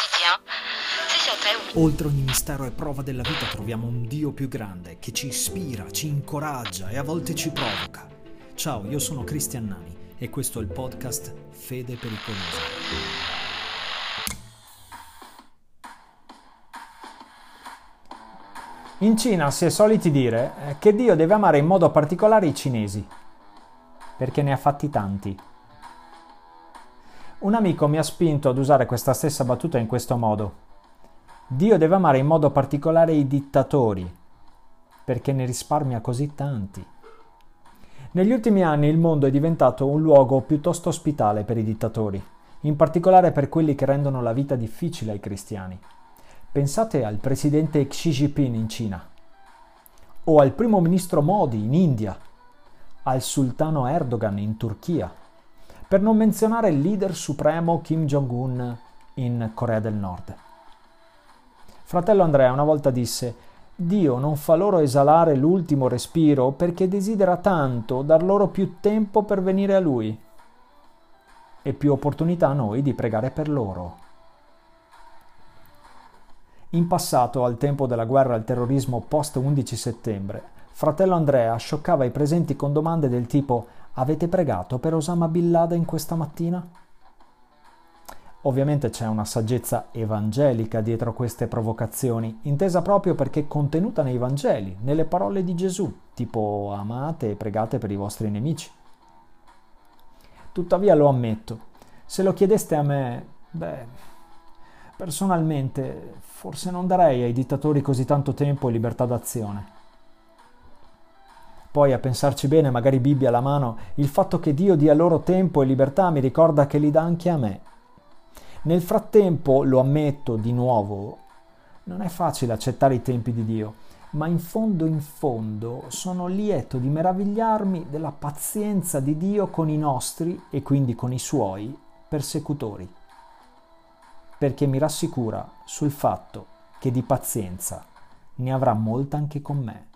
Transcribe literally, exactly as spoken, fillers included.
Oltre ogni mistero e prova della vita troviamo un Dio più grande che ci ispira, ci incoraggia e a volte ci provoca. Ciao, io sono Cristian Nani e questo è il podcast Fede Pericolosa. In Cina si è soliti dire che Dio deve amare in modo particolare i cinesi, perché ne ha fatti tanti. Un amico mi ha spinto ad usare questa stessa battuta in questo modo. Dio deve amare in modo particolare i dittatori, perché ne risparmia così tanti. Negli ultimi anni il mondo è diventato un luogo piuttosto ospitale per i dittatori, in particolare per quelli che rendono la vita difficile ai cristiani. Pensate al presidente Xi Jinping in Cina, o al primo ministro Modi in India, al sultano Erdogan in Turchia, per non menzionare il leader supremo Kim Jong-un in Corea del Nord. Fratello Andrea una volta disse: Dio non fa loro esalare l'ultimo respiro perché desidera tanto dar loro più tempo per venire a Lui e più opportunità a noi di pregare per loro. In passato, al tempo della guerra al terrorismo post undici settembre, fratello Andrea scioccava i presenti con domande del tipo: avete pregato per Osama Bin Laden questa mattina? Ovviamente c'è una saggezza evangelica dietro queste provocazioni, intesa proprio perché contenuta nei Vangeli, nelle parole di Gesù, tipo amate e pregate per i vostri nemici. Tuttavia lo ammetto, se lo chiedeste a me, beh, personalmente forse non darei ai dittatori così tanto tempo e libertà d'azione. Poi, a pensarci bene, magari Bibbia alla mano, il fatto che Dio dia loro tempo e libertà mi ricorda che li dà anche a me. Nel frattempo, lo ammetto di nuovo, non è facile accettare i tempi di Dio, ma in fondo in fondo sono lieto di meravigliarmi della pazienza di Dio con i nostri, e quindi con i suoi, persecutori, perché mi rassicura sul fatto che di pazienza ne avrà molta anche con me.